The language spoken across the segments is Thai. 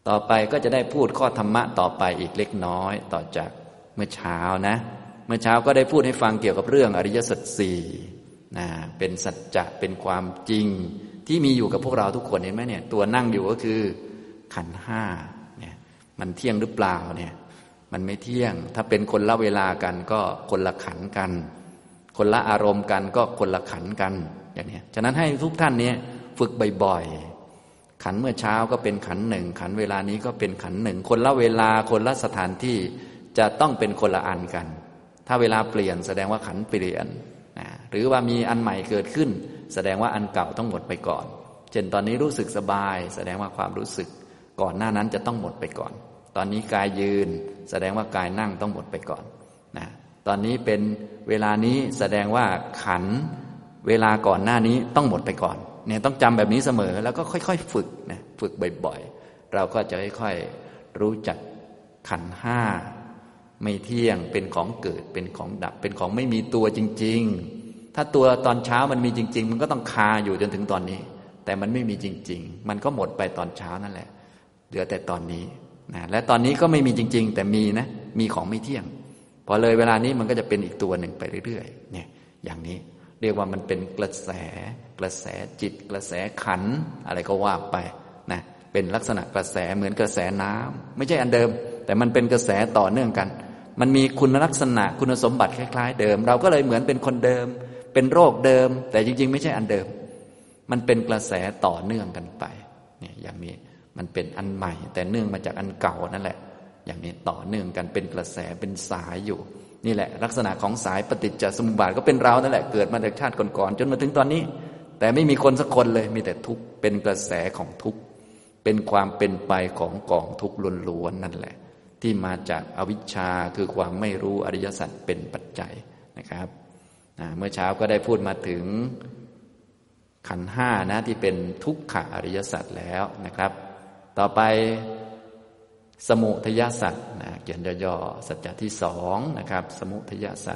ต่อไปก็จะได้พูดข้อธรรมะต่อไปอีกเล็กน้อยต่อจากเมื่อเช้านะเมื่อเช้าก็ได้พูดให้ฟังเกี่ยวกับเรื่องอริยสัจสี่นะเป็นสัจจะเป็นความจริงที่มีอยู่กับพวกเราทุกคนเห็นไหมเนี่ยตัวนั่งอยู่ก็คือขันธ์ห้าเนี่ยมันเที่ยงหรือเปล่าเนี่ยมันไม่เที่ยงถ้าเป็นคนละเวลากันก็คนละขันธ์กันคนละอารมณ์กันก็คนละขันธ์กันอย่างนี้ฉะนั้นให้ทุกท่านเนี่ยฝึกบ่อยๆขันธ์เมื่อเช้าก็เป็นขันธ์หนึ่งขันธ์เวลานี้ก็เป็นขันธ์หนึ่งคนละเวลาคนละสถานที่จะต้องเป็นคนละอันกันถ้าเวลาเปลี่ยนแสดงว่าขันธ์เปลี่ยนนะหรือว่ามีอันใหม่เกิดขึ้นแสดงว่าอันเก่าต้องหมดไปก่อนเช่นตอนนี้รู้สึกสบายแสดงว่าความรู้สึกก่อนหน้านั้นจะต้องหมดไปก่อนตอนนี้กายยืนแสดงว่ากายนั่งต้องหมดไปก่อนนะตอนนี้เป็นเวลานี้แสดงว่าขันธ์เวลาก่อนหน้านี้ต้องหมดไปก่อนเนี่ยต้องจำแบบนี้เสมอแล้วก็ค่อยๆฝึกนะฝึกบ่อยๆเราก็จะค่อยๆรู้จักขันธ์ห้าไม่เที่ยงเป็นของเกิดเป็นของดับเป็นของไม่มีตัวจริงๆถ้าตัวตอนเช้ามันมีจริงๆมันก็ต้องคาอยู่จนถึงตอนนี้แต่มันไม่มีจริงๆมันก็หมดไปตอนเช้านั่นแหละเหลือแต่ตอนนี้นะและตอนนี้ก็ไม่มีจริงๆแต่มีนะมีของไม่เที่ยงพอเลยเวลานี้มันก็จะเป็นอีกตัวหนึ่งไปเรื่อยๆเนี่ยอย่างนี้เรียกว่ามันเป็นกระแสจิตกระแสขันธ์อะไรก็ว่าไปนะเป็นลักษณะกระแสเหมือนกระแสน้ำไม่ใช่อันเดิมแต่มันเป็นกระแสต่อเนื่องกันมันมีคุณลักษณะคุณสมบัติคล้ายๆเดิมเราก็เลยเหมือนเป็นคนเดิมเป็นโรคเดิมแต่จริงๆไม่ใช่อันเดิมมันเป็นกระแสต่อเนื่องกันไปเนี่ยอย่างนี้มันเป็นอันใหม่แต่เนื่องมาจากอันเก่านั่นแหละอย่างนี้ต่อเนื่องกันเป็นกระแสเป็นสายอยู่นี่แหละลักษณะของสายปฏิจจสมุปบาทก็เป็นเรานั่นแหละเกิดมาจากชาติก่อนๆจนมาถึงตอนนี้แต่ไม่มีคนสักคนเลยมีแต่ทุกข์เป็นกระแสของทุกข์เป็นความเป็นไปของกองทุกข์ล้วนๆนั่นแหละที่มาจากอวิชชาคือความไม่รู้อริยสัจเป็นปัจจัยนะครับเมื่อเช้าก็ได้พูดมาถึงขันธ์ห้านะที่เป็นทุกขอริยสัจแล้วนะครับต่อไปสมุทัยสัจนะเขียนย่อๆสัจจะที่สองนะครับสมุทัยสัจ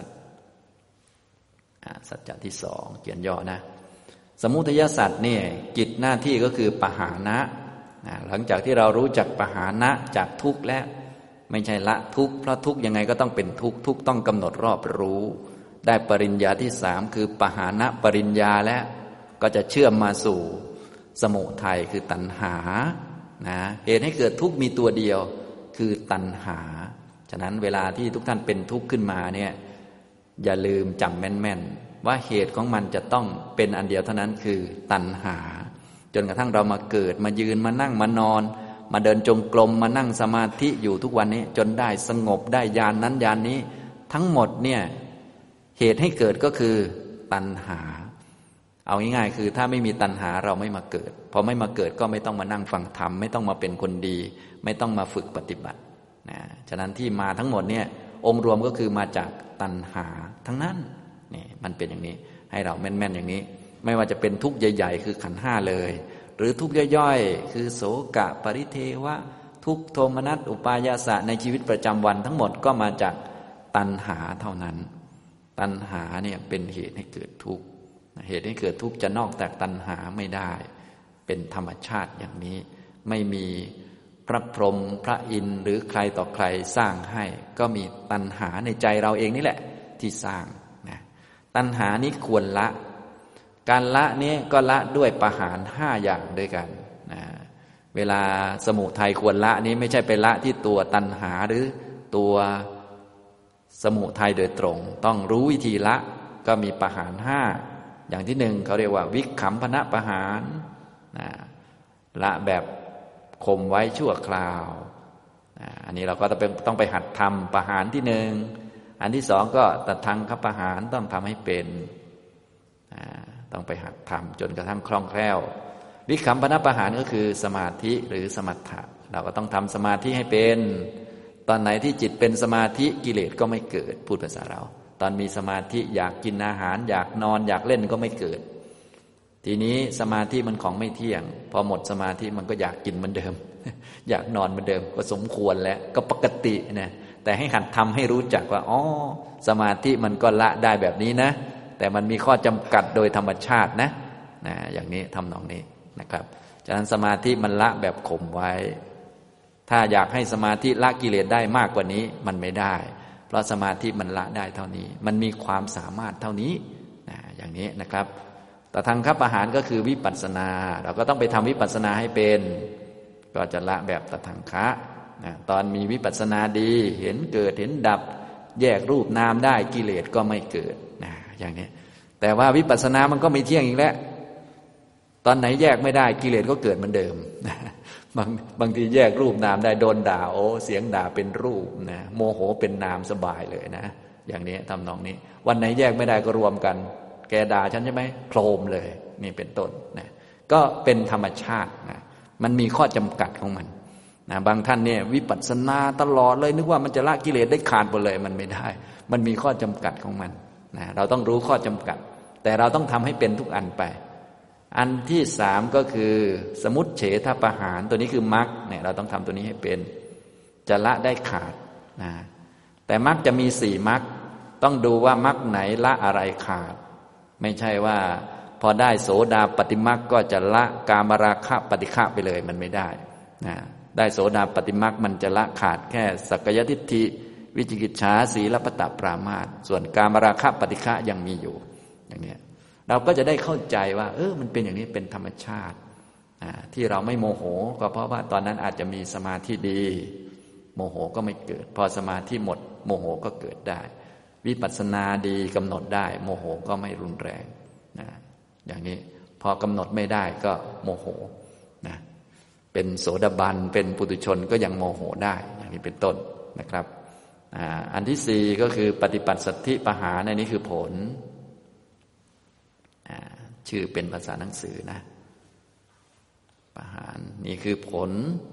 สัจจะที่สองเขียนย่อนะสมุทัยสัจเนี่ยกิจหน้าที่ก็คือปหานะหลังจากที่เรารู้จักปหานะจากทุกข์แล้วไม่ใช่ละทุกข์เพราะทุกข์ยังไงก็ต้องเป็นทุกข์ทุกข์ต้องกำหนดรอบรู้ได้ปริญญาที่สามคือปหานะปริญญาแล้วก็จะเชื่อมมาสู่สมุทัยคือตัณหานะเหตุให้เกิดทุกข์มีตัวเดียวคือตัณหาฉะนั้นเวลาที่ทุกท่านเป็นทุกข์ขึ้นมาเนี่ยอย่าลืมจำแม่นๆว่าเหตุของมันจะต้องเป็นอันเดียวเท่านั้นคือตัณหาจนกระทั่งเรามาเกิดมายืนมานั่งมานอนมาเดินจงกรมมานั่งสมาธิอยู่ทุกวันนี้จนได้สงบได้ญาณนั้นญาณนี้ทั้งหมดเนี่ยเหตุให้เกิดก็คือตัณหาเอาง่ายๆคือถ้าไม่มีตัณหาเราไม่มาเกิดพอไม่มาเกิดก็ไม่ต้องมานั่งฟังธรรมไม่ต้องมาเป็นคนดีไม่ต้องมาฝึกปฏิบัตินะฉะนั้นที่มาทั้งหมดเนี่ยองค์รวมก็คือมาจากตัณหาทั้งนั้นนี่มันเป็นอย่างนี้ให้เราแม่นๆอย่างนี้ไม่ว่าจะเป็นทุกข์ใหญ่ๆคือขันธ์ห้าเลยหรือทุกข์ย่อยๆคือโสกะปริเทวะทุกข์โทมนัสอุปายาสะในชีวิตประจำวันทั้งหมดก็มาจากตัณหาเท่านั้นตัณหาเนี่ยเป็นเหตุให้เกิดทุกข์เหตุให้เกิดทุกข์จะนอกจากตัณหาไม่ได้เป็นธรรมชาติอย่างนี้ไม่มีพระพรหมพระอินทร์หรือใครต่อใครสร้างให้ก็มีตัณหาในใจเราเองนี่แหละที่สร้างนะตัณหานี้ควรละการละนี้ก็ละด้วยปหารห้าอย่างด้วยกันนะเวลาสมุทัยควรละนี้ไม่ใช่ไปละที่ตัวตัณหาหรือตัวสมุทัยโดยตรงต้องรู้วิธีละก็มีปหารห้าอย่างที่หนึ่งเขาเรียกว่าวิกขัมพนะปหารนะละแบบข่มไว้ชั่วคราวอันนี้เราก็ต้องไปหัดทำปหารที่หนึ่งอันที่สองก็ตัดทังคปหารต้องทำให้เป็นต้องไปหัดทำจนกระทั่งคล่องแคล่ววิคัมปนปหารก็คือสมาธิหรือสมถะเราก็ต้องทำสมาธิให้เป็นตอนไหนที่จิตเป็นสมาธิกิเลสก็ไม่เกิดพูดภาษาเราตอนมีสมาธิอยากกินอาหารอยากนอนอยากเล่นก็ไม่เกิดทีนี้สมาธิมันของไม่เที่ยงพอหมดสมาธิมันก็อยากกินเหมือนเดิม อยากนอนเหมือนเดิมก็สมควรแล้วก็ปกตินะแต่ให้หัดทำให้รู้จักว่าอ๋อสมาธิมันก็ละได้แบบนี้นะแต่มันมีข้อจำกัดโดยธรรมชาตินะอย่างนี้ทำนองนี้นะครับฉะนั้นสมาธิมันละแบบข่มไว้ถ้าอยากให้สมาธิละกิเลสได้มากกว่านี้มันไม่ได้เพราะสมาธิมันละได้เท่านี้มันมีความสามารถเท่านี้อย่างนี้นะครับแต่ทางคับอาหารก็คือวิปัสสนาเราก็ต้องไปทำวิปัสสนาให้เป็นก็จะละแบบตถางคะตอนมีวิปัสสนาดีเห็นเกิดเห็นดับแยกรูปนามได้กิเลสก็ไม่เกิดอย่างนี้แต่ว่าวิปัสสนามันก็ไม่เที่ยงอีกแล้วตอนไหนแยกไม่ได้กิเลสก็เกิดเหมือนเดิมบางทีแยกรูปนามได้โดนด่าโอ้เสียงด่าเป็นรูปนะโมโหเป็นนามสบายเลยนะอย่างนี้ทำนองนี้วันไหนแยกไม่ได้ก็รวมกันแกด่าฉันใช่ไหมโครมเลยนี่เป็นต้นนะก็เป็นธรรมชาตินะมันมีข้อจำกัดของมันนะบางท่านเนี่ยวิปัสสนาตลอดเลยนึกว่ามันจะละกิเลสได้ขาดหมดเลยมันไม่ได้มันมีข้อจำกัดของมันนะเราต้องรู้ข้อจำกัดแต่เราต้องทำให้เป็นทุกอันไปอันที่สามก็คือสมุจเฉทประหารตัวนี้คือมรรคเนี่ยเราต้องทำตัวนี้ให้เป็นจะละได้ขาดนะแต่มรรคจะมีสี่มรรคต้องดูว่ามรรคไหนละอะไรขาดไม่ใช่ว่าพอได้โสดาปัตติมรรคก็จะละกามราคะปฏิฆะไปเลยมันไม่ได้นะได้โสดาปัตติมรรคมันจะละขาดแค่สักกายทิฏฐิวิจิกิจฉาสีลปตปรามาสส่วนกามราคะปฏิฆะยังมีอยู่อย่างนี้เราก็จะได้เข้าใจว่ามันเป็นอย่างนี้เป็นธรรมชาติที่เราไม่โมโหก็เพราะว่าตอนนั้นอาจจะมีสมาธิดีโมโหก็ไม่เกิดพอสมาธิหมดโมโหก็เกิดได้วิปัสสนาดีกำหนดได้โมโหก็ไม่รุนแรงอย่างนี้พอกำหนดไม่ได้ก็โมโหเป็นโสดาบันเป็นปุถุชนก็ยังโมโหได้อย่างนี้เป็นต้นนะครับอันที่สี่ก็คือปฏิปัสสัทธิปหารในนี้คือผลชื่อเป็นภาษาหนังสือนะปหารนี่คือผล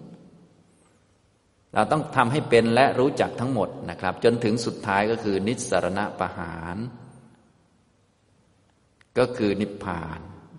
เราต้องทำให้เป็นและรู้จักทั้งหมดนะครับจนถึงสุดท้ายก็คือนิสสรณปหารก็คือนิพพาน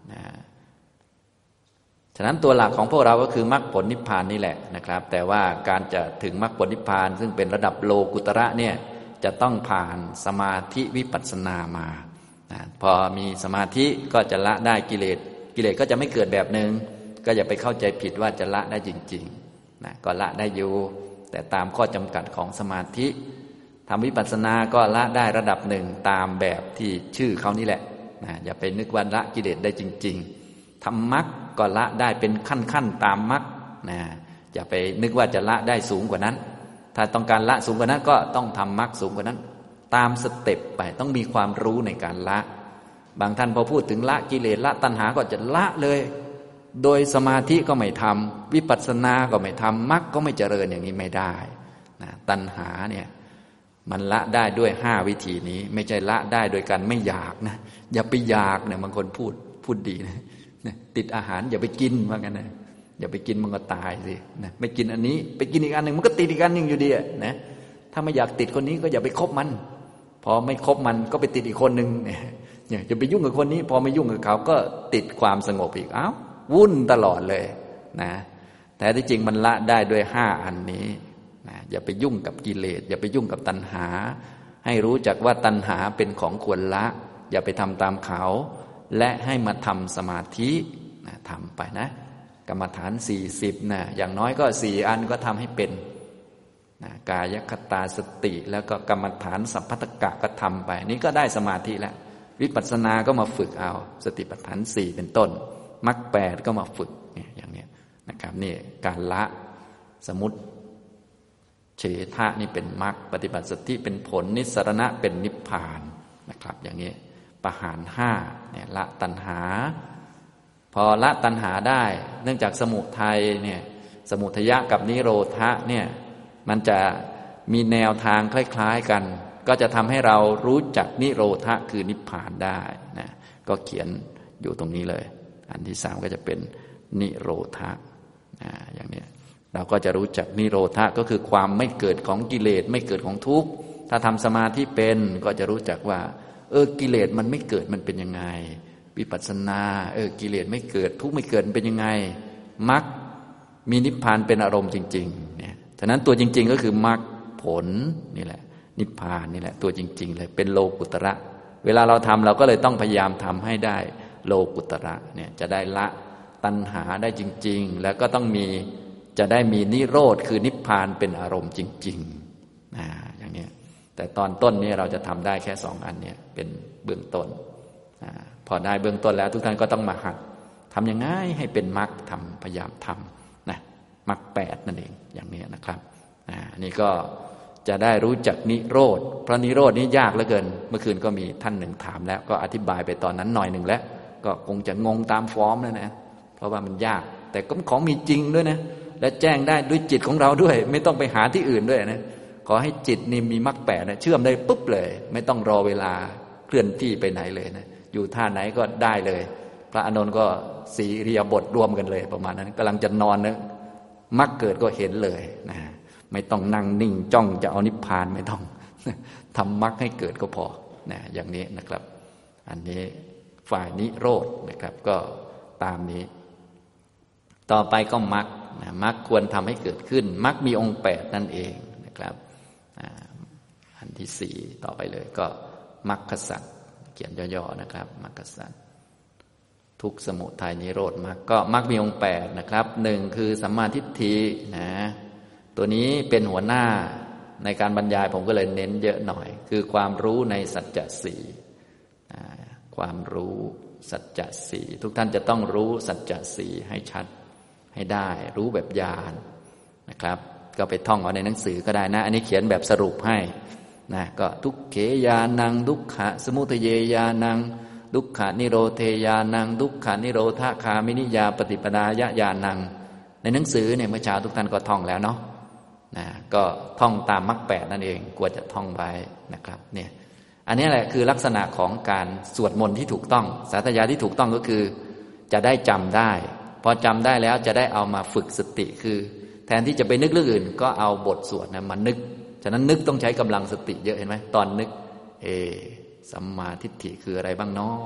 ฉะนั้นตัวหลักของพวกเราก็คือมรรคผลนิพพานนี่แหละนะครับแต่ว่าการจะถึงมรรคผลนิพพานซึ่งเป็นระดับโลกุตระเนี่ยจะต้องผ่านสมาธิวิปัสสนามาพอมีสมาธิก็จะละได้กิเลสก็จะไม่เกิดแบบนึงก็อย่าไปเข้าใจผิดว่าจะละได้จริงๆก็ละได้อยู่แต่ตามข้อจำกัดของสมาธิทำวิปัสสนาก็ละได้ระดับหนึ่งตามแบบที่ชื่อเขานี่แหละอย่าไปนึกว่าละกิเลสได้จริงๆทำมรรคก็ละได้เป็นขั้นๆตามมรรคอย่าไปนึกว่าจะละได้สูงกว่านั้นถ้าต้องการละสูงกว่านั้นก็ต้องทำมรรคสูงกว่านั้นตามสเต็ปไปต้องมีความรู้ในการละบางท่านพอพูดถึงละกิเลสละตัณหาก็จะละเลยโดยสมาธิก็ไม่ทำวิปัสสนาก็ไม่ทำมรรคก็ไม่เจริญอย่างนี้ไม่ได้ตัณหาเนี่ยมันละได้ด้วย5วิธีนี้ไม่ใช่ละได้โดยการไม่อยากนะอย่าไปอยากเนี่ยบางคนพูดดีนะติดอาหารอย่าไปกินว่างั้นนะอย่าไปกินมันก็ตายสินะไม่กินอันนี้ไปกินอีกอันหนึ่งมันก็ติดอีกอันหนึ่งอยู่ดีนะถ้าไม่อยากติดคนนี้ก็อย่าไปคบมันพอไม่คบมันก็ไปติดอีกคนหนึ่งเนี่ยจะไปยุ่งกับคนนี้พอไม่ยุ่งกับเขาก็ติดความสงบอีกวุ่นตลอดเลยนะแต่ที่จริงมันละได้ด้วย5อันนี้นะอย่าไปยุ่งกับกิเลสอย่าไปยุ่งกับตัณหาให้รู้จักว่าตัณหาเป็นของควรละอย่าไปทำตามเขาและให้มาทำสมาธิทำไปนะกรรมฐาน40นะอย่างน้อยก็4อันก็ทำให้เป็นกายคตาสติแล้วก็กรรมฐานสัพพะกะก็ทำไปนี่ก็ได้สมาธิแล้ววิปัสสนาก็มาฝึกเอาสติปัฏฐาน4เป็นต้นมรรค8ก็มาฝึกอย่างนี้นะครับนี่การละสมุจเฉทะนี่เป็นมรรคปฏิบัติสติเป็นผลนิสสรณะเป็นนิพพานนะครับอย่างนี้ปหาร5เนี่ยละตัณหาพอละตัณหาได้เนื่องจากสมุทัยเนี่ยสมุทัยะกับนิโรธะเนี่ยมันจะมีแนวทางคล้ายๆกันก็จะทำให้เรารู้จักนิโรธะคือนิพพานได้นะก็เขียนอยู่ตรงนี้เลยอันที่3ก็จะเป็นนิโรธะอย่างนี้เราก็จะรู้จักนิโรธะก็คือความไม่เกิดของกิเลสไม่เกิดของทุกข์ถ้าทำสมาธิเป็นก็จะรู้จักว่ากิเลสมันไม่เกิดมันเป็นยังไงวิปัสสนากิเลสไม่เกิดทุกข์ไม่เกิดเป็นยังไงมรรคมีนิพพานเป็นอารมณ์จริงๆเนี่ยฉะนั้นตัวจริงๆก็คือมรรคผลนี่แหละนิพพานนี่แหละตัวจริงๆเลยเป็นโลกุตระเวลาเราทำเราก็เลยต้องพยายามทำให้ได้โลกุตระเนี่ยจะได้ละตัณหาได้จริงๆแล้วก็ต้องมีจะได้มีนิโรธคือนิพพานเป็นอารมณ์จริงๆอย่างนี้แต่ตอนต้นนี้เราจะทำได้แค่2 อันเนี่ยเป็นเบื้องต้นพอได้เบื้องต้นแล้วทุกท่านก็ต้องมาหัดทำยังไงให้เป็นมรรคทำพยายามทำนะมรรค8นั่นเองอย่างนี้นะครับอันนี้ก็จะได้รู้จักนิโรธเพราะนิโรธนี้ยากเหลือเกินเมื่อคืนก็มีท่านหนึ่งถามแล้วก็อธิบายไปตอนนั้นหน่อยหนึ่งแล้วก็คงจะงงตามฟอร์มแล้วนะเพราะว่ามันยากแต่ก็ของมีจริงด้วยนะและแจ้งได้ด้วยจิตของเราด้วยไม่ต้องไปหาที่อื่นด้วยนะขอให้จิตนี่มีมรรค8นะเชื่อมได้ปุ๊บเลยไม่ต้องรอเวลาเคลื่อนที่ไปไหนเลยนะอยู่ท่าไหนก็ได้เลยพระอานนท์ก็สีอิริยาบถรวมกันเลยประมาณนั้นกำลังจะนอนนะมรรคเกิดก็เห็นเลยนะไม่ต้องนั่งนิ่งจ้องจะเอานิพพานไม่ต้องทำมรรคให้เกิดก็พอนะอย่างนี้นะครับอันนี้ฝ่ายนิโรธนะครับก็ตามนี้ต่อไปก็มรรคมรรคควรทำให้เกิดขึ้นมรรคมีองค์8นั่นเองนะครับอันที่4ต่อไปเลยก็มรรคสัจเขียนย่อๆนะครับมรรคสัจทุกข์สมุทัยนิโรธมรรคก็มรรคมีองค์8นะครับ1คือสัมมาทิฏฐินะตัวนี้เป็นหัวหน้าในการบรรยายผมก็เลยเน้นเยอะหน่อยคือความรู้ในสัจจะสี่ความรู้สัจจะสี่ทุกท่านจะต้องรู้สัจจะสี่ให้ชัดให้ได้รู้แบบญาณนะครับก็ไปท่องเอาในหนังสือก็ได้นะอันนี้เขียนแบบสรุปให้นะก็ทุกเขญาณังทุกขะสมุทัยญาณังทุกขะนิโรเทญาณังทุกขะนิโรธคามินิยาปฏิปดายญาณังในหนังสือเนี่ยเมื่อเช้าทุกท่านก็ท่องแล้วเนาะนะก็ท่องตามมรรค8นั่นเองควรจะท่องไว้นะครับเนี่ยอันนี้แหละคือลักษณะของการสวดมนต์ที่ถูกต้องสาธยายที่ถูกต้องก็คือจะได้จำได้พอจำได้แล้วจะได้เอามาฝึกสติคือแทนที่จะไปนึกเรื่องอื่นก็เอาบทสวดนะมานึกฉะนั้นนึกต้องใช้กำลังสติเยอะเห็นไหมตอนนึกสัมมาทิฏฐิคืออะไรบ้างเนาะ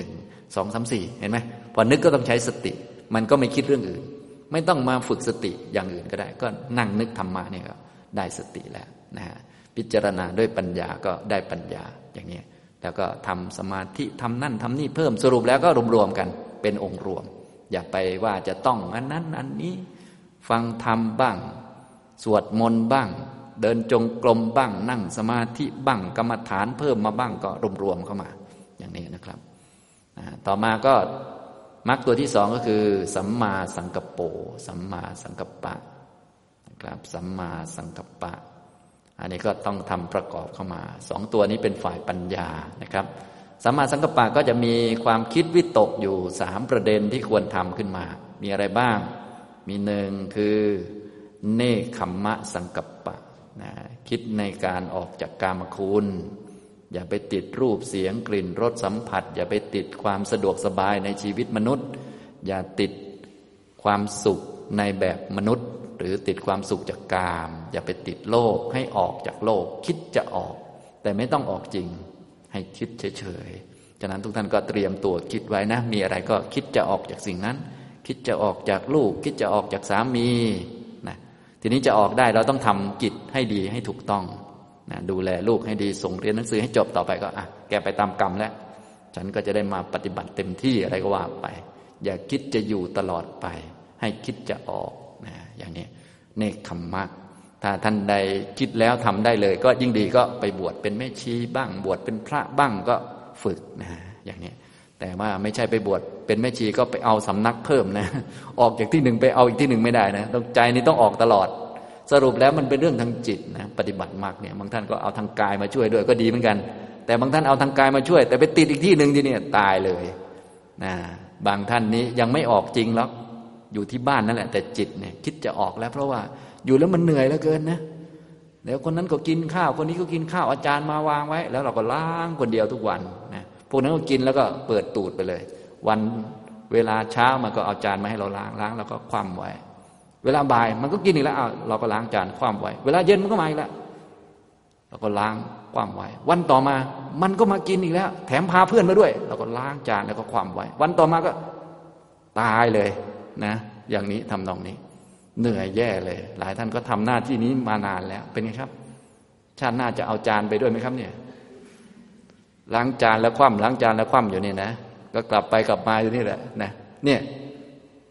1 2 3 4เห็นไหมพอนึกก็ต้องใช้สติมันก็ไม่คิดเรื่องอื่นไม่ต้องมาฝึกสติอย่างอื่นก็ได้ก็นั่งนึกธรรมะเนี่ยก็ได้สติแล้วนะฮะพิจารณาด้วยปัญญาก็ได้ปัญญาอย่างนี้แล้วก็ทำสมาธิทำนั่นทำนี่เพิ่มสรุปแล้วก็รวมๆกันเป็นองค์รวมอย่าไปว่าจะต้องอันนั้นอันนี้ฟังธรรมบ้างสวดมนต์บ้างเดินจงกรมบ้างนั่งสมาธิบ้างกรรมฐานเพิ่มมาบ้างก็รวมๆเข้ามาอย่างนี้นะครับต่อมาก็มรรคตัวที่2ก็คือสัมมาสังกัปโปสัมมาสังกัปปะนะครับสัมมาสังกัปปะอันนี้ก็ต้องทำประกอบเข้ามา2ตัวนี้เป็นฝ่ายปัญญานะครับสัมมาสังกัปปะก็จะมีความคิดวิตกอยู่3ประเด็นที่ควรทำขึ้นมามีอะไรบ้างมี1คือเนคขัมมะสังกัปปะคิดในการออกจากกามคุณอย่าไปติดรูปเสียงกลิ่นรสสัมผัสอย่าไปติดความสะดวกสบายในชีวิตมนุษย์อย่าติดความสุขในแบบมนุษย์หรือติดความสุขจากกามอย่าไปติดโลกให้ออกจากโลกคิดจะออกแต่ไม่ต้องออกจริงให้คิดเฉยๆฉะนั้นทุกท่านก็เตรียมตัวคิดไว้นะมีอะไรก็คิดจะออกจากสิ่งนั้นคิดจะออกจากลูกคิดจะออกจากสามีนะทีนี้จะออกได้เราต้องทำกิจให้ดีให้ถูกต้องดูแลลูกให้ดีส่งเรียนหนังสือให้จบต่อไปก็แกไปตามกรรมแล้วฉันก็จะได้มาปฏิบัติเต็มที่อะไรก็ว่าไปอย่าคิดจะอยู่ตลอดไปให้คิดจะออกอย่างนี้เนคขัมมะถ้าท่านใดคิดแล้วทำได้เลยก็ยิ่งดีก็ไปบวชเป็นแม่ชีบ้างบวชเป็นพระบ้างก็ฝึกอย่างนี้แต่ว่าไม่ใช่ไปบวชเป็นแม่ชีก็ไปเอาสำนักเพิ่มนะออกจากที่หนึ่งไปเอาอีกที่หนึ่งไม่ได้นะต้องใจนี้ต้องออกตลอดสรุปแล้วมันเป็นเรื่องทางจิตนะปฏิบัติมรรคเนี่ยบางท่านก็เอาทางกายมาช่วยด้วยก็ดีเหมือนกันแต่บางท่านเอาทางกายมาช่วยแต่ไปติดอีกที่หนึ่งที่นี่ตายเลยนะบางท่านนี้ยังไม่ออกจริงหรอกอยู่ที่บ้านนั่นแหละแต่จิตเนี่ยคิดจะออกแล้วเพราะว่าอยู่แล้วมันเหนื่อยเหลือเกินนะเดี๋ยวคนนั้นก็กินข้าวคนนี้ก็กินข้าวอาจารย์มาวางไว้แล้วเราก็ล้างคนเดียวทุกวันนะพวกนั้นก็กินแล้วก็เปิดตูดไปเลยวันเวลาเช้ามันก็เอาจานมาให้เราล้างแล้วก็คว่ำไว้เวลาบ่ายมันก็กินอีกแล้วเราก็ล้างจานคว่ำไว้เวลาเย็นมันก็มาอีกแล้วเราก็ล้างคว่ำไว้วันต่อมามันก็มากินอีกแล้วแถมพาเพื่อนมาด้วยเราก็ล้างจานแล้วก็คว่ำไว้วันต่อมาก็ตายเลยนะอย่างนี้ทำตรงนี้เหนื่อยแย่เลยหลายท่านก็ทำหน้าที่นี้มานานแล้วเป็นไงครับชาติหน้าจะเอาจานไปด้วยไหมครับเนี่ยล้างจานแล้วคว่ำล้างจานแล้วคว่ำอยู่นี่นะก็กลับไปกลับมาอยู่นี่แหละนะเนี่ย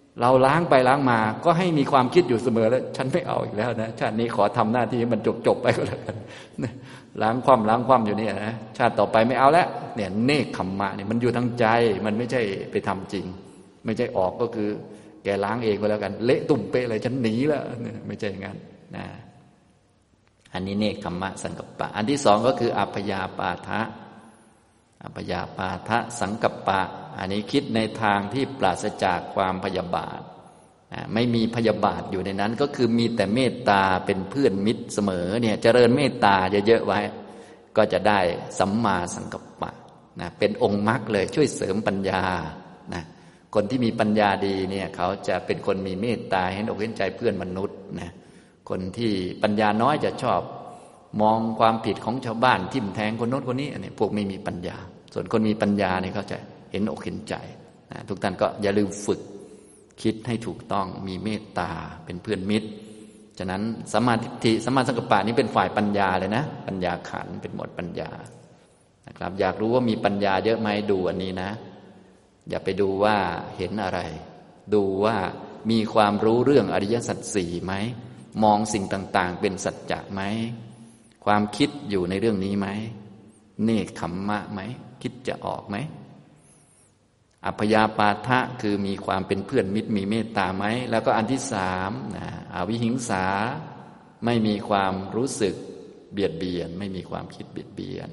เราล้างไปล้างมาก็ให้มีความคิดอยู่เสมอแล้วฉันไม่เอาอีกแล้วนะชาตินี้ขอทำหน้าที่ให้มันจบไปก็แล้วกันล้างความอยู่เนี่ยนะชาติต่อไปไม่เอาแล้วเนี่ยเนกขัมมะเนี่ยมันอยู่ทั้งใจมันไม่ใช่ไปทำจริงไม่ใช่ออกก็คือแกล้างเองก็แล้วกันเละตุ่มเป๊ะเลยฉันหนีแล้วไม่ใช่อย่างนั้นนะอันนี้เนกขัมมะสังกัปปะอันที่สองก็คืออัพยาปาทะอัพยาปาทะสังกัปปะอันนี้คิดในทางที่ปราศจากความพยาบาทไม่มีพยาบาทอยู่ในนั้นก็คือมีแต่เมตตาเป็นเพื่อนมิตรเสมอเนี่ยเจริญเมตตาเยอะๆไว้ก็จะได้สัมมาสังกัปปะนะเป็นองค์มรรคเลยช่วยเสริมปัญญานะคนที่มีปัญญาดีเนี่ยเขาจะเป็นคนมีเมตตาเห็นอกเห็นใจเพื่อนมนุษย์นะคนที่ปัญญาน้อยจะชอบมองความผิดของชาวบ้านทิ่มแทงคนโน้นคนนี้อันนี้พวกไม่มีปัญญาส่วนคนมีปัญญาเนี่ยเขาจะเห็นอกเห็นใจนะทุกท่านก็อย่าลืมฝึกคิดให้ถูกต้องมีเมตตาเป็นเพื่อนมิตรฉะนั้นสัมมาทิฏฐิสัมมาสังกัปปะนี้เป็นฝ่ายปัญญาเลยนะปัญญาขันธ์เป็นหมวดปัญญานะครับอยากรู้ว่ามีปัญญาเยอะไหมดูอันนี้นะอย่าไปดูว่าเห็นอะไรดูว่ามีความรู้เรื่องอริยสัจสี่ไหมมองสิ่งต่างๆเป็นสัจจะไหมความคิดอยู่ในเรื่องนี้ไหมเนกขัมมะไหมคิดจะออกไหมอัพยาปาทะคือมีความเป็นเพื่อนมิตรมีเมตตาไหมแล้วก็อันที่สามอวิหิงสาไม่มีความรู้สึกเบียดเบียนไม่มีความคิดเบียดเบียน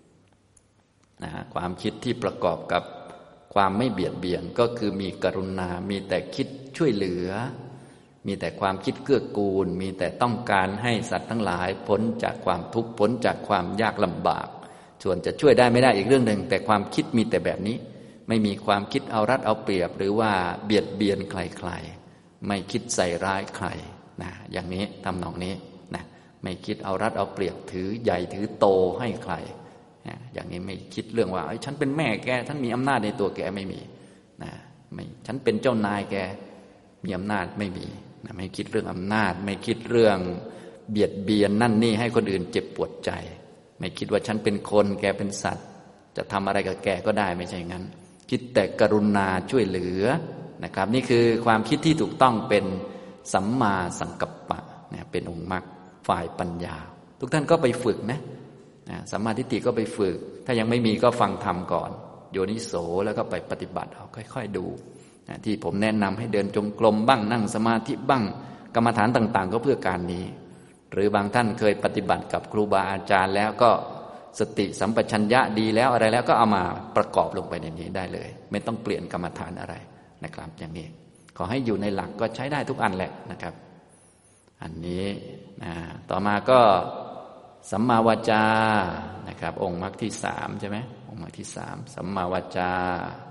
ความคิดที่ประกอบกับความไม่เบียดเบียนก็คือมีกรุณามีแต่คิดช่วยเหลือมีแต่ความคิดเกื้อกูลมีแต่ต้องการให้สัตว์ทั้งหลายพ้นจากความทุกข์พ้นจากความยากลำบากส่วนจะช่วยได้ไม่ได้อีกเรื่องหนึ่งแต่ความคิดมีแต่แบบนี้ไม่มีความคิดเอารัดเอาเปรียบหรือว่าเบียดเบียนใครๆไม่คิดใส่ร้ายใครนะอย่างนี้ทำนองนี้นะไม่คิดเอารัดเอาเปรียบถือใหญ่ถือโตให้ใครอย่างนี้ไม่คิดเรื่องว่าฉันเป็นแม่แกฉันมีอำนาจในตัวแกไม่มีนะไม่ฉันเป็นเจ้านายแกมีอำนาจไม่มีนะไม่คิดเรื่องอำนาจไม่คิดเรื่องเบียดเบียนนั่นนี่ให้คนอื่นเจ็บปวดใจไม่คิดว่าฉันเป็นคนแกเป็นสัตว์จะทำอะไรกับแกก็ได้ไม่ใช่งั้นคิดแต่กรุณาช่วยเหลือนะครับนี่คือความคิดที่ถูกต้องเป็นสัมมาสังกัปปะเนี่ยเป็นองค์มรรคฝ่ายปัญญาทุกท่านก็ไปฝึกนะสัมมาทิฏฐิก็ไปฝึกถ้ายังไม่มีก็ฟังธรรมก่อนโยนิโสแล้วก็ไปปฏิบัติเอาค่อยๆดูที่ผมแนะนำให้เดินจงกรมบ้างนั่งสมาธิบ้างกรรมฐานต่างๆก็เพื่อการนี้หรือบางท่านเคยปฏิบัติกับครูบาอาจารย์แล้วก็สติสัมปชัญญะดีแล้วอะไรแล้วก็เอามาประกอบลงไปในนี้ได้เลยไม่ต้องเปลี่ยนกรรมฐานอะไรนะครับอย่างนี้ขอให้อยู่ในหลักก็ใช้ได้ทุกอันแหละนะครับอันนี้ต่อมาก็สัมมาวาจานะครับองค์มรรคที่สามใช่ไหมองค์มรรคที่สามสัมมาวาจา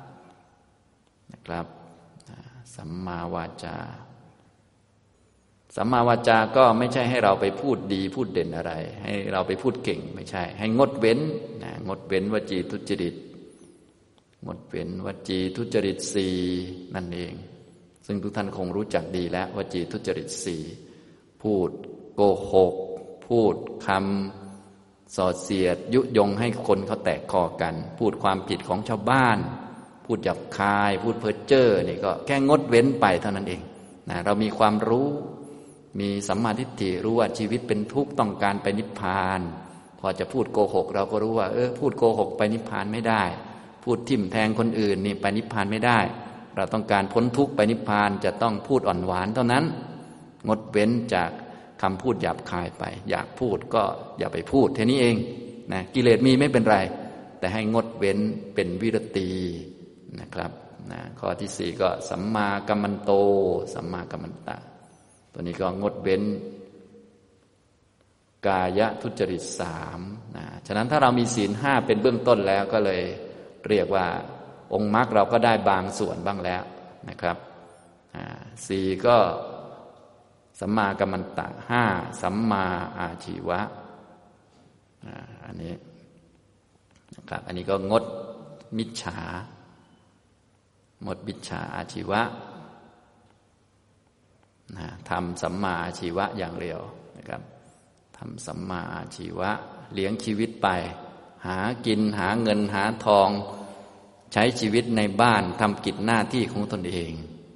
นะครับสัมมาวาจาสัมมาวาจาก็ไม่ใช่ให้เราไปพูดดีพูดเด่นอะไรให้เราไปพูดเก่งไม่ใช่ให้งดเว้นงดเว้นวจีทุจริตงดเว้นวจีทุจริตสี่นั่นเองซึ่งทุกท่านคงรู้จักดีแล้ววจีทุจริตสี่พูดโกหกพูดคำส่อเสียดยุยงให้คนเขาแตกคอกันพูดความผิดของชาวบ้านพูดหยาบคายพูดเพ้อเจ้อนี่ก็แค่งดเว้นไปเท่านั้นเองเรามีความรู้มีสัมมาทิฏฐิรู้ว่าชีวิตเป็นทุกข์ต้องการไปนิพพานพอจะพูดโกหกเราก็รู้ว่าพูดโกหกไปนิพพานไม่ได้พูดทิ่มแทงคนอื่นนี่ไปนิพพานไม่ได้เราต้องการพ้นทุกข์ไปนิพพานจะต้องพูดอ่อนหวานเท่านั้นงดเว้นจากคำพูดหยาบคายไปอยากพูดก็อย่าไปพูดแค่นี้เองนะกิเลสมีไม่เป็นไรแต่ให้งดเว้นเป็นวิรตินะครับข้อที่สี่ก็สัมมากัมมันโตสัมมากัมมันตะตัวนี้ก็งดเว้นกายทุจริตสามฉะนั้นถ้าเรามีศีลห้าเป็นเบื้องต้นแล้วก็เลยเรียกว่าองค์มรรคเราก็ได้บางส่วนบ้างแล้วนะครับสี่ก็สัมมากัมมันตะห้าสัมมาอาชีวะอันนี้นะครับอันนี้ก็งดมิจฉาหมดมิจฉาอาชีวะทำสัมมาอาชีวะอย่างเดียวนะครับทำสัมมาอาชีวะเลี้ยงชีวิตไปหากินหาเงินหาทองใช้ชีวิตในบ้านทำกิจหน้าที่ของตนเอง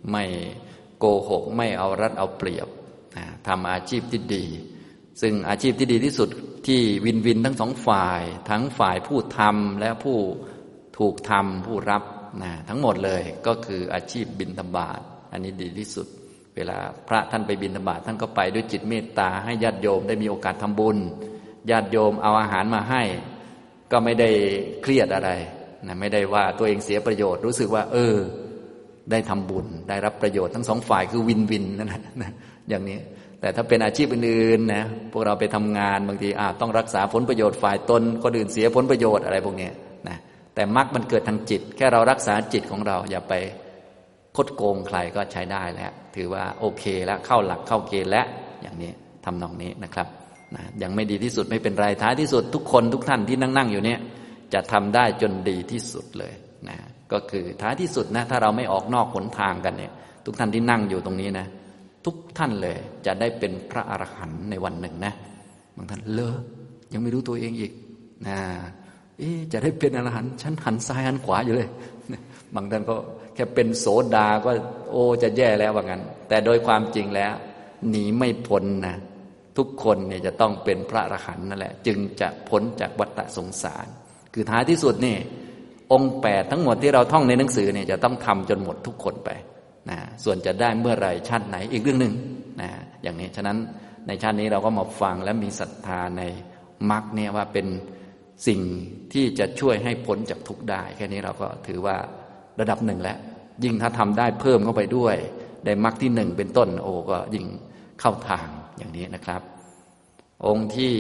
ไม่โกหกไม่เอารัดเอาเปรียบทำอาชีพที่ดีซึ่งอาชีพที่ดีที่สุดที่วินวินทั้งสองฝ่ายทั้งฝ่ายผู้ทำและผู้ถูกทำผู้รับทั้งหมดเลยก็คืออาชีพบิณฑบาตอันนี้ดีที่สุดเวลาพระท่านไปบิณฑบาตท่านก็ไปด้วยจิตเมตตาให้ญาติโยมได้มีโอกาสทำบุญญาติโยมเอาอาหารมาให้ก็ไม่ได้เครียดอะไรไม่ได้ว่าตัวเองเสียประโยชน์รู้สึกว่าได้ทำบุญได้รับประโยชน์ทั้งสองฝ่ายคือวินวินนั่นแหละอย่างนี้แต่ถ้าเป็นอาชีพอื่นๆนะพวกเราไปทำงานบางทีต้องรักษาผลประโยชน์ฝ่ายตนคนอื่นเสียผลประโยชน์อะไรพวกนี้นะแต่มรรคมันเกิดทางจิตแค่เรารักษาจิตของเราอย่าไปคดโกงใครก็ใช้ได้แล้วถือว่าโอเคแล้วเข้าหลักเข้าเกณฑ์แล้วอย่างนี้ทำนองนี้นะครับยังไม่ดีที่สุดไม่เป็นไรท้ายที่สุดทุกคนทุกท่านที่นั่งอยู่เนี่ยจะทำได้จนดีที่สุดเลยนะก็คือท้ายที่สุดนะถ้าเราไม่ออกนอกหนทางกันเนี่ยทุกท่านที่นั่งอยู่ตรงนี้นะทุกท่านเลยจะได้เป็นพระอรหันต์ในวันหนึ่งนะบางท่านยังไม่รู้ตัวเองอีกจะได้เป็นอรหันต์ฉันหันซ้ายหันขวาอยู่เลยบางท่านก็แค่เป็นโสดาก็จะแย่แล้วว่างั้นแต่โดยความจริงแล้วหนีไม่พ้นนะทุกคนเนี่ยจะต้องเป็นพระอรหันต์นั่นแหละจึงจะพ้นจากวัฏสงสารคือท้ายที่สุดนี่องค์8ทั้งหมดที่เราท่องในหนังสือเนี่ยจะต้องทำจนหมดทุกคนไปส่วนจะได้เมื่อไรชาติไหนอีกเรื่องหนึ่งอย่างนี้ฉะนั้นในชาตินี้เราก็มาฟังและมีศรัทธาในมรรคเนี่ยว่าเป็นสิ่งที่จะช่วยให้พ้นจากทุกข์ได้แค่นี้เราก็ถือว่าระดับหนึ่งแล้วยิ่งถ้าทำได้เพิ่มเข้าไปด้วยได้มรรคที่1เป็นต้นก็ยิ่งเข้าทางอย่างนี้นะครับองค์ที่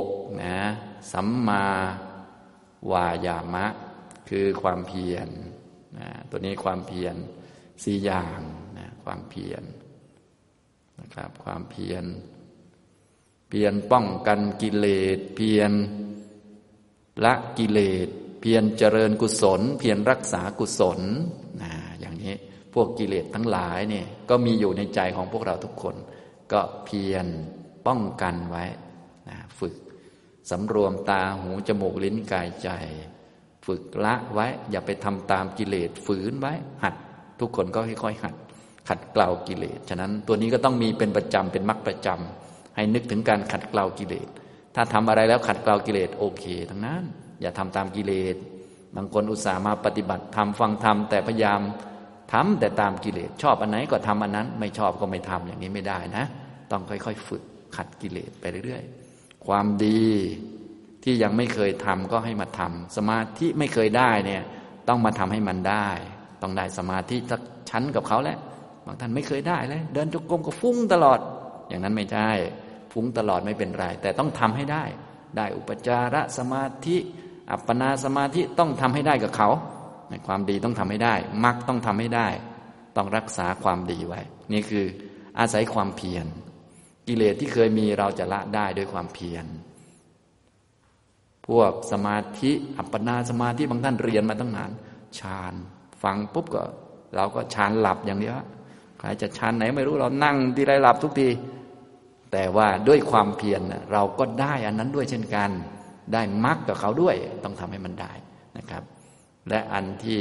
6นะสัมมาวายามะคือความเพียรตัวนี้ความเพียร4อย่างความเพียรนะครับความเพียรป้องกันกิเลสเพียรละกิเลสเพียรเจริญกุศลเพียรรักษากุศลอย่างนี้พวกกิเลสทั้งหลายเนี่ยก็มีอยู่ในใจของพวกเราทุกคนก็เพียรป้องกันไว้ฝึกสำรวมตาหูจมูกลิ้นกายใจฝึกละไว้อย่าไปทำตามกิเลสฝืนไว้หัดทุกคนก็ค่อยๆหัดขัดเกลากิเลสฉะนั้นตัวนี้ก็ต้องมีเป็นประจำเป็นมรรคประจำให้นึกถึงการขัดเกลากิเลสถ้าทำอะไรแล้วขัดเกลากิเลสโอเคทั้งนั้นอย่าทำตามกิเลสบางคนอุตส่าห์มาปฏิบัติธรรมฟังธรรมแต่พยายามทำแต่ตามกิเลสชอบอันไหนก็ทำอันนั้นไม่ชอบก็ไม่ทำอย่างนี้ไม่ได้นะต้องค่อยๆฝึกขัดกิเลสไปเรื่อยๆความดีที่ยังไม่เคยทำก็ให้มาทำสมาธิไม่เคยได้เนี่ยต้องมาทำให้มันได้ต้องได้สมาธิสักชั้นกับเขาแล้วบางท่านไม่เคยได้เลยเดินจงกรมก็ฟุ้งตลอดอย่างนั้นไม่ใช่ฟุ้งตลอดไม่เป็นไรแต่ต้องทำให้ได้อุปจารสมาธิอัปปนาสมาธิต้องทำให้ได้กับเขาในความดีต้องทำให้ได้มรรคต้องทำให้ได้ต้องรักษาความดีไว้นี่คืออาศัยความเพียรกิเลสที่เคยมีเราจะละได้ด้วยความเพียรพวกสมาธิอัปปนาสมาธิบางท่านเรียนมาตั้งนานฌานฟังปุ๊บก็เราก็ฌานหลับอย่างเดียวใครจะฌานไหนไม่รู้เรานั่งทีไรหลับทุกทีแต่ว่าด้วยความเพียรเราก็ได้อันนั้นด้วยเช่นกันได้มรรคกับเขาด้วยต้องทำให้มันได้นะครับและอันที่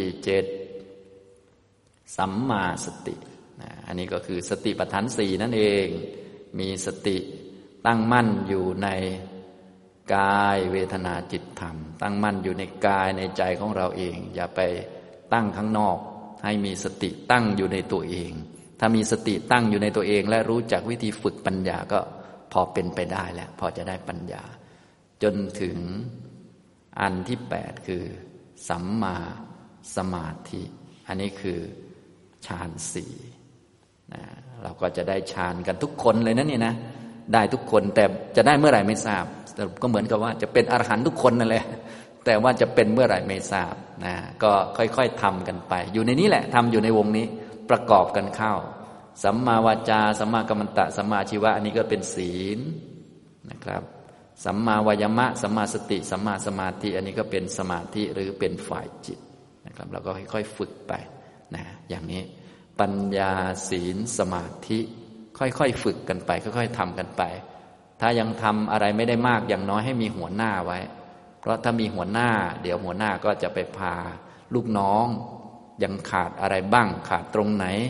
7สัมมาสติอันนี้ก็คือสติปัฏฐาน4นั่นเองมีสติตั้งมั่นอยู่ในกายเวทนาจิตธรรมตั้งมั่นอยู่ในกายในใจของเราเองอย่าไปตั้งข้างนอกให้มีสติตั้งอยู่ในตัวเองถ้ามีสติตั้งอยู่ในตัวเองและรู้จักวิธีฝึกปัญญาก็พอเป็นไปได้แล้วพอจะได้ปัญญาจนถึงอันที่8คือสัมมาสมาธิอันนี้คือฌาน4เราก็จะได้ฌานกันทุกคนเลยนะนี่นะได้ทุกคนแต่จะได้เมื่อไหร่ไม่ทราบก็เหมือนกับว่าจะเป็นอรหันต์ทุกคนนั่นแหละแต่ว่าจะเป็นเมื่อไหร่ไม่ทราบก็ค่อยๆทำกันไปอยู่ในนี้แหละทำอยู่ในวงนี้ประกอบกันเข้าสัมมาวาจาสัมมากัมมันตะสัมมาชีวะอันนี้ก็เป็นศีลนะครับสัมมาวายามะสัมมาสติสัมมาสมาธิอันนี้ก็เป็นสมาธิหรือเป็นฝ่ายจิตนะครับเราก็ค่อยๆฝึกไปอย่างนี้ปัญญาศีลสมาธิค่อยๆฝึกกันไปค่อยๆทำกันไปถ้ายังทำอะไรไม่ได้มากอย่างน้อยให้มีหัวหน้าไว้เพราะถ้ามีหัวหน้าเดี๋ยวหัวหน้าก็จะไปพาลูกน้องยังขาดอะไรบ้างขาดตรงไหน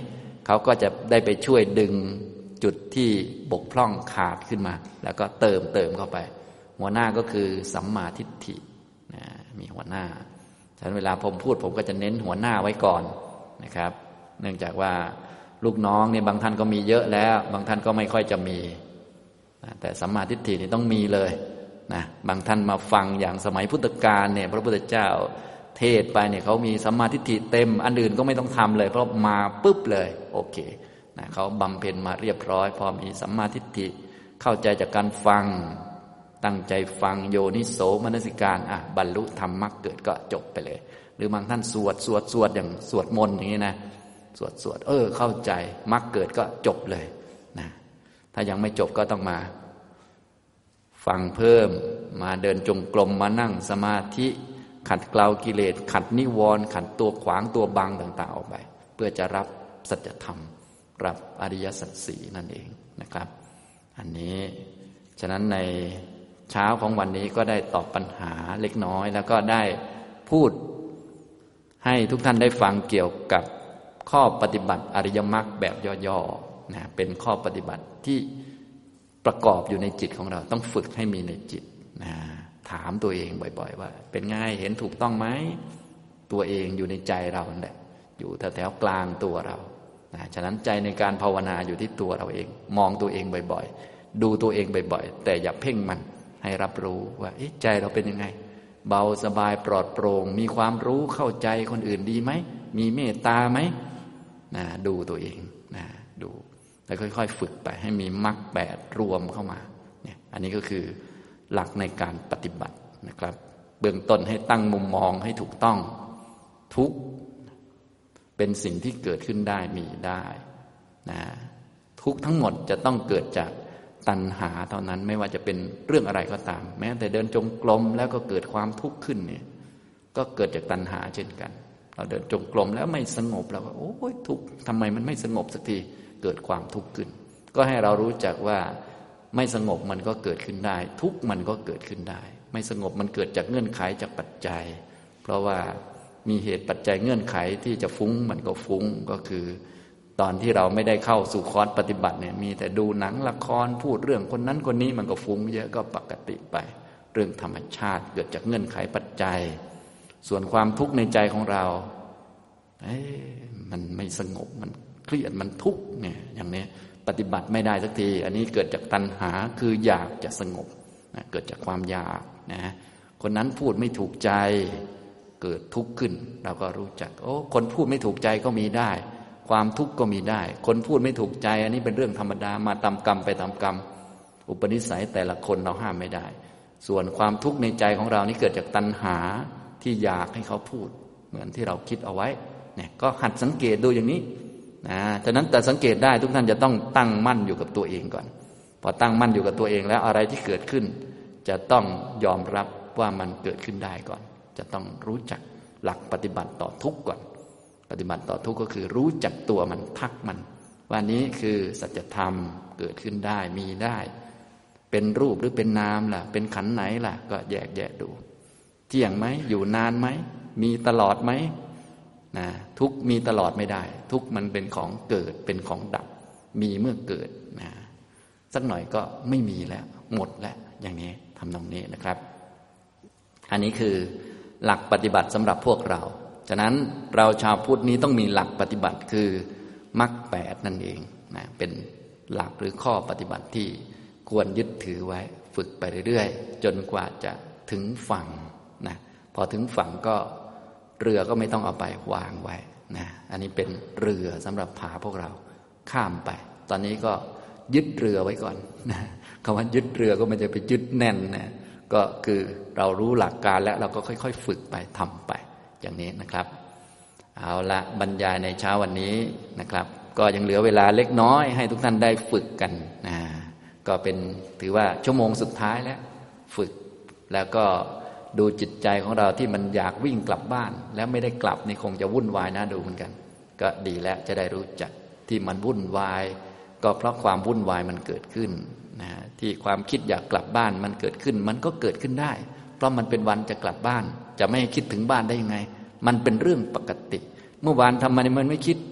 เขาก็จะได้ไปช่วยดึงจุดที่บกพร่องขาดขึ้นมาแล้วก็เติมเข้าไปหัวหน้าก็คือสัมมาทิฏฐิมีหัวหน้าฉะนั้นเวลาผมพูดผมก็จะเน้นหัวหน้าไว้ก่อนนะครับเนื่องจากว่าลูกน้องเนี่ยบางท่านก็มีเยอะแล้วบางท่านก็ไม่ค่อยจะมีแต่สัมมาทิฏฐินี่ต้องมีเลยนะบางท่านมาฟังอย่างสมัยพุทธกาลเนี่ยพระพุทธเจ้าเทศไปเนี่ยเขามีสัมมาทิฏฐิเต็มอันอื่นก็ไม่ต้องทำเลยเพราะมาปุ๊บเลยโอเคนะเขาบำเพ็ญมาเรียบร้อยพอมีสัมมาทิฏฐิเข้าใจจากการฟังตั้งใจฟังโยนิโสมนสิการบรรลุธรรมมรรคเกิดก็จบไปเลยหรือบางท่านสวดอย่างสวดมนต์อย่างนี้นะสวดเข้าใจมรรคเกิดก็จบเลยนะถ้ายังไม่จบก็ต้องมาฟังเพิ่มมาเดินจงกรมมานั่งสมาธิขัดเกลากิเลสขัดนิวรณ์ขัดตัวขวางตัวบังต่างๆออกไปเพื่อจะรับสัจธรรมรับอริยสัจสี่นั่นเองนะครับอันนี้ฉะนั้นในเช้าของวันนี้ก็ได้ตอบปัญหาเล็กน้อยแล้วก็ได้พูดให้ทุกท่านได้ฟังเกี่ยวกับข้อปฏิบัติอริยมรรคแบบย่อๆนะเป็นข้อปฏิบัติที่ประกอบอยู่ในจิตของเราต้องฝึกให้มีในจิตนะถามตัวเองบ่อยๆว่าเป็นไงเห็นถูกต้องไหมตัวเองอยู่ในใจเราแหละอยู่แถวๆกลางตัวเรานะฉะนั้นใจในการภาวนาอยู่ที่ตัวเราเองมองตัวเองบ่อยๆดูตัวเองบ่อยๆแต่อย่าเพ่งมันให้รับรู้ว่าใจเราเป็นยังไงเบาสบายปลอดโปร่งมีความรู้เข้าใจคนอื่นดีไหมมีเมตตาไหมนะดูตัวเองนะดูแล้วค่อยๆฝึกไปให้มีมรรคแปดรวมเข้ามาเนี่ยอันนี้ก็คือหลักในการปฏิบัตินะครับเบื้องต้นให้ตั้งมุมมองให้ถูกต้องทุกข์เป็นสิ่งที่เกิดขึ้นได้มีได้นะทุกข์ทั้งหมดจะต้องเกิดจากตัณหาเท่านั้นไม่ว่าจะเป็นเรื่องอะไรก็ตามแม้แต่เดินจงกรมแล้วก็เกิดความทุกข์ขึ้นเนี่ยก็เกิดจากตัณหาเช่นกันเราเดินจงกรมแล้วไม่สงบเราก็โอ้ยทุกข์ทำไมมันไม่สงบสักทีเกิดความทุกข์ขึ้นก็ให้เรารู้จักว่าไม่สงบมันก็เกิดขึ้นได้ทุกข์มันก็เกิดขึ้นได้ไม่สงบมันเกิดจากเงื่อนไขจากปัจจัยเพราะว่ามีเหตุปัจจัยเงื่อนไขที่จะฟุ้งมันก็ฟุ้งก็คือตอนที่เราไม่ได้เข้าสู่คอร์สปฏิบัติเนี่ยมีแต่ดูหนังละครพูดเรื่องคนนั้นคนนี้มันก็ฟุ้งเยอะก็ปกติไปเรื่องธรรมชาติเกิดจากเงื่อนไขปัจจัยส่วนความทุกข์ในใจของเรามันไม่สงบมันเครียดมันทุกข์เนี่ยอย่างนี้ปฏิบัติไม่ได้สักทีอันนี้เกิดจากตัณหาคืออยากจะสงบนะเกิดจากความอยากนะคนนั้นพูดไม่ถูกใจเกิดทุกข์ขึ้นเราก็รู้จักคนพูดไม่ถูกใจก็มีได้ความทุกข์ก็มีได้คนพูดไม่ถูกใจอันนี้เป็นเรื่องธรรมดามาตามกรรมไปตามกรรมอุปนิสัยแต่ละคนเราห้ามไม่ได้ส่วนความทุกข์ในใจของเรานี่เกิดจากตัณหาที่อยากให้เขาพูดเหมือนที่เราคิดเอาไว้เนี่ยก็หัดสังเกตดูอย่างนี้ฉะนั้นแต่สังเกตได้ทุกท่านจะต้องตั้งมั่นอยู่กับตัวเองก่อนพอตั้งมั่นอยู่กับตัวเองแล้วอะไรที่เกิดขึ้นจะต้องยอมรับว่ามันเกิดขึ้นได้ก่อนจะต้องรู้จักหลักปฏิบัติต่อทุกข์ก่อนปฏิบัติต่อทุกข์ก็คือรู้จักตัวมันทักมันว่านี้คือสัจธรรมเกิดขึ้นได้มีได้เป็นรูปหรือเป็นนามล่ะเป็นขันธ์ไหนล่ะก็แยกแยะดูเที่ยงไหมอยู่นานไหมมีตลอดไหมนะทุกข์มีตลอดไม่ได้ทุกข์มันเป็นของเกิดเป็นของดับมีเมื่อเกิดนะสักหน่อยก็ไม่มีแล้วหมดแล้วอย่างนี้ทำตรงนี้นะครับอันนี้คือหลักปฏิบัติสำหรับพวกเราฉะนั้นเราชาวพุทธนี้ต้องมีหลักปฏิบัติคือมรรคแปดนั่นเองนะเป็นหลักหรือข้อปฏิบัติที่ควรยึดถือไว้ฝึกไปเรื่อยๆจนกว่าจะถึงฝั่งนะพอถึงฝั่งก็เรือก็ไม่ต้องเอาไปวางไว้นะอันนี้เป็นเรือสำหรับพาพวกเราข้ามไปตอนนี้ก็ยึดเรือไว้ก่อนนะคำว่ายึดเรือก็มันจะไปยึดแน่นนะก็คือเรารู้หลักการแล้วเราก็ค่อยๆฝึกไปทำไปอย่างนี้นะครับเอาละบรรยายในเช้าวันนี้นะครับก็ยังเหลือเวลาเล็กน้อยให้ทุกท่านได้ฝึกกันนะก็เป็นถือว่าชั่วโมงสุดท้ายแล้วฝึกแล้วก็ดูจิตใจของเราที่มันอยากวิ่งกลับบ้านแล้วไม่ได้กลับนี่คงจะวุ่นวายนะดูเหมือนกันก็ดีแล้วจะได้รู้จักที่มันวุ่นวายก็เพราะความวุ่นวายมันเกิดขึ้นนะที่ความคิดอยากกลับบ้านมันเกิดขึ้นมันก็เกิดขึ้นได้เพราะมันเป็นวันจะกลับบ้านจะไม่คิดถึงบ้านได้ยังไงมันเป็นเรื่องปกติเมื่อวานทำไมมันไม่คิดเพ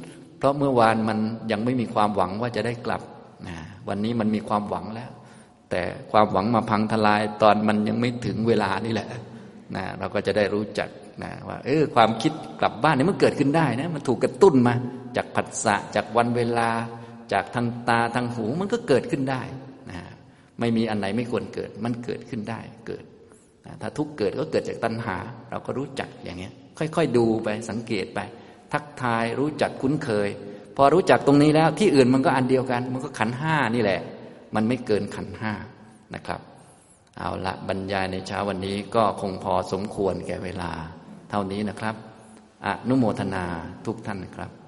ราะเมื่อวานมันยังไม่มีความหวังว่าจะได้กลับนะวันนี้มันมีความหวังแล้วแต่ความหวังมาพังทลายตอนมันยังไม่ถึงเวลานี่แหละนะเราก็จะได้รู้จักนะว่าความคิดกลับบ้านนี่มันเกิดขึ้นได้นะมันถูกกระตุ้นมาจากผัสสะจากวันเวลาจากทางตาทางหูมันก็เกิดขึ้นได้นะไม่มีอันไหนไม่ควรเกิดมันเกิดขึ้นได้เกิดนะถ้าทุกข์เกิดก็เกิดจากตัณหาเราก็รู้จักอย่างเงี้ยค่อยๆดูไปสังเกตไปทักทายรู้จักคุ้นเคยพอรู้จักตรงนี้แล้วที่อื่นมันก็อันเดียวกันมันก็ขันธ์ห้านี่แหละมันไม่เกินขันธ์ห้านะครับเอาละบรรยายในเช้าวันนี้ก็คงพอสมควรแก่เวลาเท่านี้นะครับอนุโมทนาทุกท่านครับ